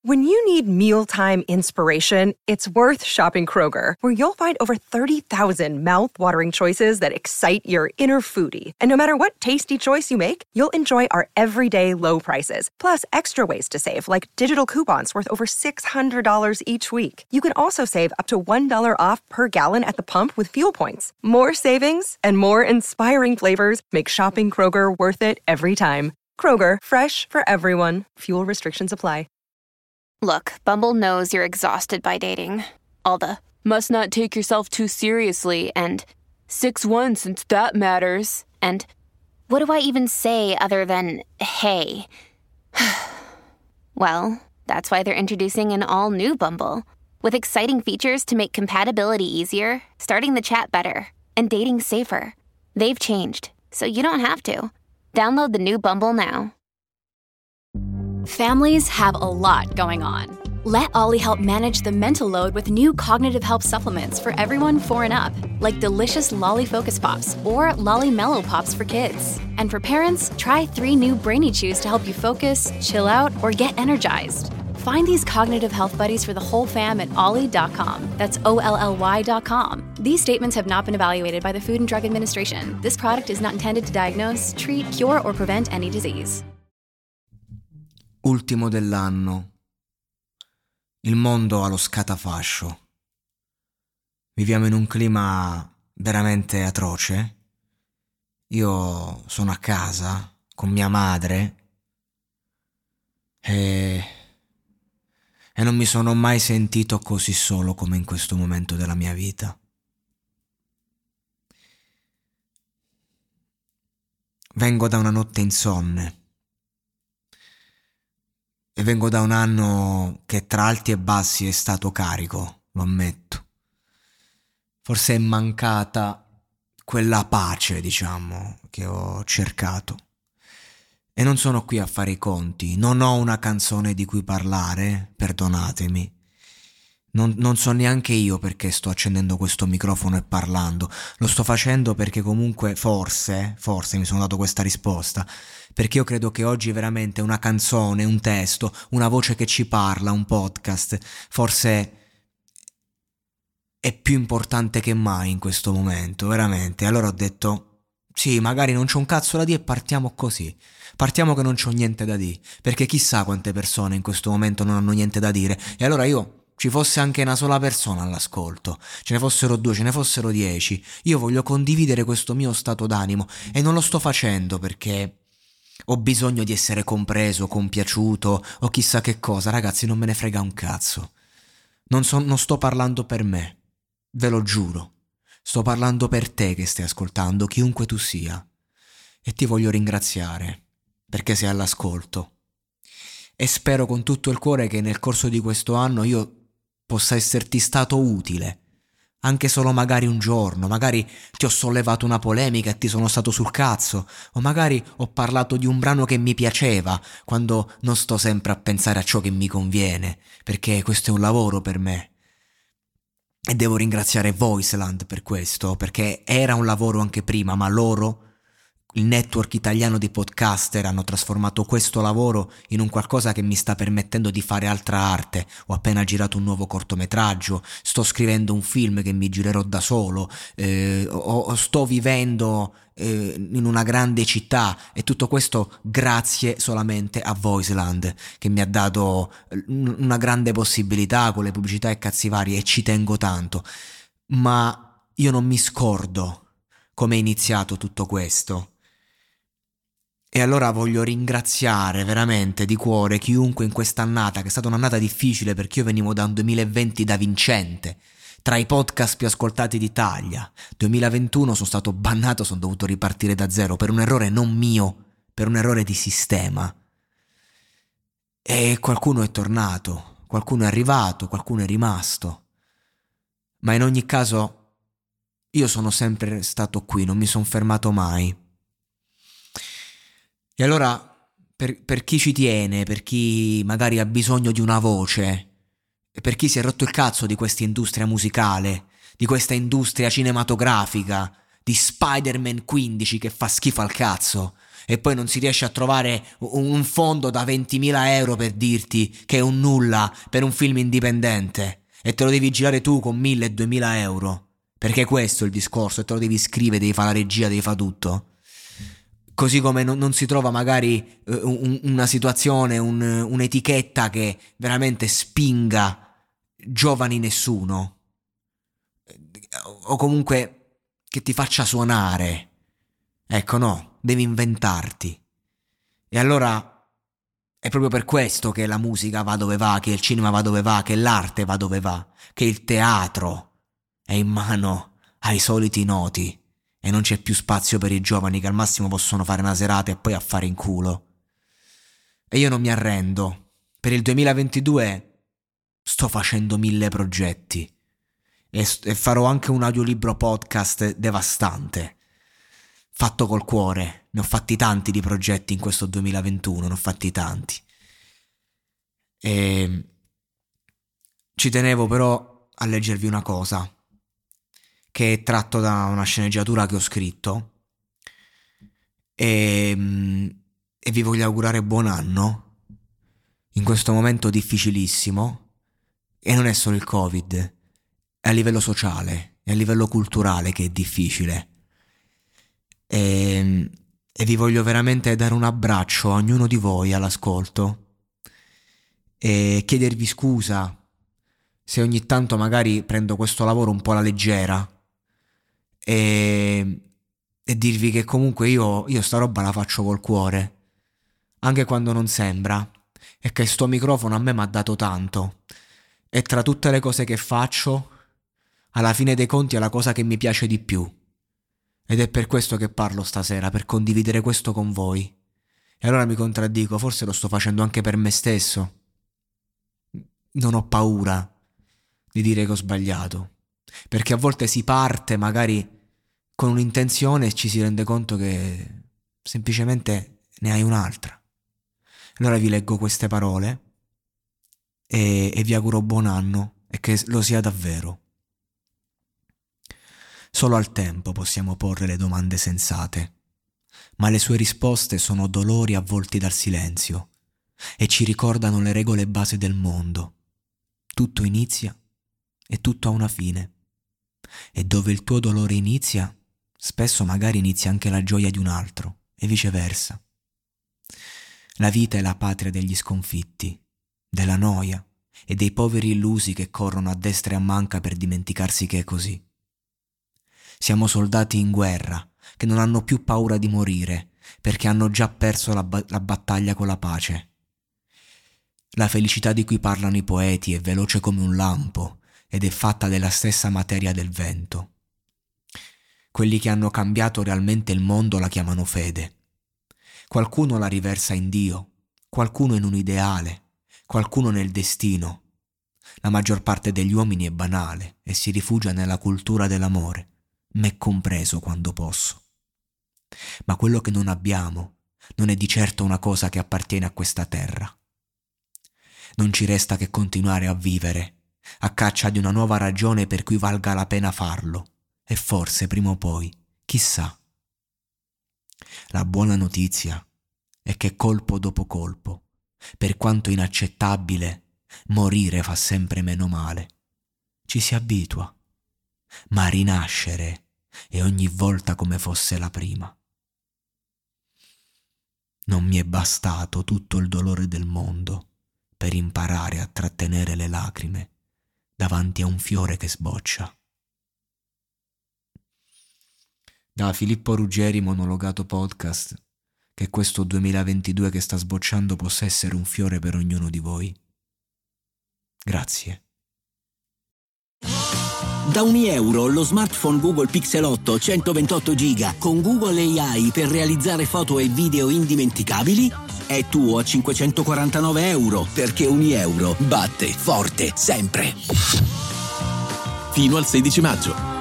When you need mealtime inspiration, it's worth shopping Kroger, where you'll find over 30,000 mouth-watering choices that excite your inner foodie. And no matter what tasty choice you make, you'll enjoy our everyday low prices, plus extra ways to save, like digital coupons worth over $600 each week. You can also save up to $1 off per gallon at the pump with fuel points. More savings and more inspiring flavors make shopping Kroger worth it every time. Kroger, fresh for everyone. Fuel restrictions apply. Look, Bumble knows you're exhausted by dating. All the, must not take yourself too seriously, and 6'1" since that matters, and what do I even say other than, hey? Well, that's why they're introducing an all-new Bumble, with exciting features to make compatibility easier, starting the chat better, and dating safer. They've changed, so you don't have to. Download the new Bumble now. Families have a lot going on. Let Ollie help manage the mental load with new cognitive help supplements for everyone 4 and up, like delicious Lolly Focus Pops or Lolly Mellow Pops for kids. And for parents, try 3 new Brainy Chews to help you focus, chill out, or get energized. Find these cognitive health buddies for the whole fam at ollie.com. That's OLLY.com. These statements have not been evaluated by the Food and Drug Administration. This product is not intended to diagnose, treat, cure, or prevent any disease. Ultimo dell'anno. Il mondo allo scatafascio. Viviamo in un clima veramente atroce. Io sono a casa con mia madre e non mi sono mai sentito così solo come in questo momento della mia vita. Vengo da una notte insonne. E vengo da un anno che tra alti e bassi è stato carico, lo ammetto. Forse è mancata quella pace, diciamo, che ho cercato. E non sono qui a fare i conti, non ho una canzone di cui parlare, perdonatemi. Non so neanche io perché sto accendendo questo microfono e parlando. Lo sto facendo perché comunque forse mi sono dato questa risposta, perché io credo che oggi veramente una canzone, un testo, una voce che ci parla, un podcast, forse è più importante che mai in questo momento, veramente. Allora ho detto, sì, magari non c'ho un cazzo da dire e partiamo così. Partiamo che non c'ho niente da dire, perché chissà quante persone in questo momento non hanno niente da dire. E allora ci fosse anche una sola persona all'ascolto, ce ne fossero 2, ce ne fossero 10, io voglio condividere questo mio stato d'animo e non lo sto facendo perché ho bisogno di essere compreso, compiaciuto o chissà che cosa. Ragazzi, non me ne frega un cazzo. Non sto parlando per me, ve lo giuro. Sto parlando per te che stai ascoltando, chiunque tu sia. E ti voglio ringraziare perché sei all'ascolto. E spero con tutto il cuore che nel corso di questo anno io possa esserti stato utile, anche solo magari un giorno, magari ti ho sollevato una polemica e ti sono stato sul cazzo, o magari ho parlato di un brano che mi piaceva, quando non sto sempre a pensare a ciò che mi conviene, perché questo è un lavoro per me. E devo ringraziare Voiceland per questo, perché era un lavoro anche prima, ma loro, il network italiano di podcaster, hanno trasformato questo lavoro in un qualcosa che mi sta permettendo di fare altra arte. Ho appena girato un nuovo cortometraggio, sto scrivendo un film che mi girerò da solo, sto vivendo in una grande città, e tutto questo grazie solamente a Voiceland, che mi ha dato una grande possibilità con le pubblicità e cazzi vari, e ci tengo tanto. Ma io non mi scordo come è iniziato tutto questo. E allora voglio ringraziare veramente di cuore chiunque in quest'annata, che è stata un'annata difficile perché io venivo da un 2020 da vincente, tra i podcast più ascoltati d'Italia. 2021 sono stato bannato, sono dovuto ripartire da zero per un errore non mio, per un errore di sistema. E qualcuno è tornato, qualcuno è arrivato, qualcuno è rimasto. Ma in ogni caso io sono sempre stato qui, non mi sono fermato mai. E allora, per chi ci tiene, per chi magari ha bisogno di una voce, e per chi si è rotto il cazzo di questa industria musicale, di questa industria cinematografica, di Spider-Man 15 che fa schifo al cazzo, e poi non si riesce a trovare un fondo da 20.000 euro per dirti che è un nulla per un film indipendente e te lo devi girare tu con 1.000-2.000 euro, perché questo è il discorso, e te lo devi scrivere, devi fare la regia, devi fare tutto. Così come non si trova magari una situazione, un'etichetta che veramente spinga giovani nessuno, o comunque che ti faccia suonare. Ecco, no, devi inventarti. E allora è proprio per questo che la musica va dove va, che il cinema va dove va, che l'arte va dove va, che il teatro è in mano ai soliti noti e non c'è più spazio per i giovani che al massimo possono fare una serata e poi affare in culo. E io non mi arrendo. Per il 2022 sto facendo 1000 progetti e farò anche un audiolibro podcast devastante, fatto col cuore. Ne ho fatti tanti di progetti in questo 2021, ne ho fatti tanti. E ci tenevo però a leggervi una cosa che è tratto da una sceneggiatura che ho scritto e vi voglio augurare buon anno in questo momento difficilissimo, e non è solo il Covid, è a livello sociale, è a livello culturale che è difficile. E vi voglio veramente dare un abbraccio a ognuno di voi all'ascolto e chiedervi scusa se ogni tanto magari prendo questo lavoro un po' alla leggera e dirvi che comunque io sta roba la faccio col cuore, anche quando non sembra, e che sto microfono a me mi ha dato tanto, e tra tutte le cose che faccio alla fine dei conti è la cosa che mi piace di più. Ed è per questo che parlo stasera, per condividere questo con voi. E allora mi contraddico, forse lo sto facendo anche per me stesso. Non ho paura di dire che ho sbagliato, perché a volte si parte magari con un'intenzione e ci si rende conto che semplicemente ne hai un'altra. Allora vi leggo queste parole e vi auguro buon anno e che lo sia davvero. Solo al tempo possiamo porre le domande sensate, ma le sue risposte sono dolori avvolti dal silenzio e ci ricordano le regole base del mondo. Tutto inizia e tutto ha una fine, e dove il tuo dolore inizia, spesso magari inizia anche la gioia di un altro, e viceversa. La vita è la patria degli sconfitti, della noia e dei poveri illusi che corrono a destra e a manca per dimenticarsi che è così. Siamo soldati in guerra che non hanno più paura di morire perché hanno già perso la battaglia con la pace. La felicità di cui parlano i poeti è veloce come un lampo ed è fatta della stessa materia del vento. Quelli che hanno cambiato realmente il mondo la chiamano fede. Qualcuno la riversa in Dio, qualcuno in un ideale, qualcuno nel destino. La maggior parte degli uomini è banale e si rifugia nella cultura dell'amore, me compreso quando posso. Ma quello che non abbiamo non è di certo una cosa che appartiene a questa terra. Non ci resta che continuare a vivere, a caccia di una nuova ragione per cui valga la pena farlo, e forse prima o poi, chissà. La buona notizia è che colpo dopo colpo, per quanto inaccettabile, morire fa sempre meno male. Ci si abitua, ma rinascere è ogni volta come fosse la prima. Non mi è bastato tutto il dolore del mondo per imparare a trattenere le lacrime davanti a un fiore che sboccia. Da Filippo Ruggeri, Monologato Podcast, che questo 2022 che sta sbocciando possa essere un fiore per ognuno di voi. Grazie. Da €1 lo smartphone Google Pixel 8 128 GB con Google AI per realizzare foto e video indimenticabili è tuo a €549, perché €1 batte forte sempre. Fino al 16 maggio.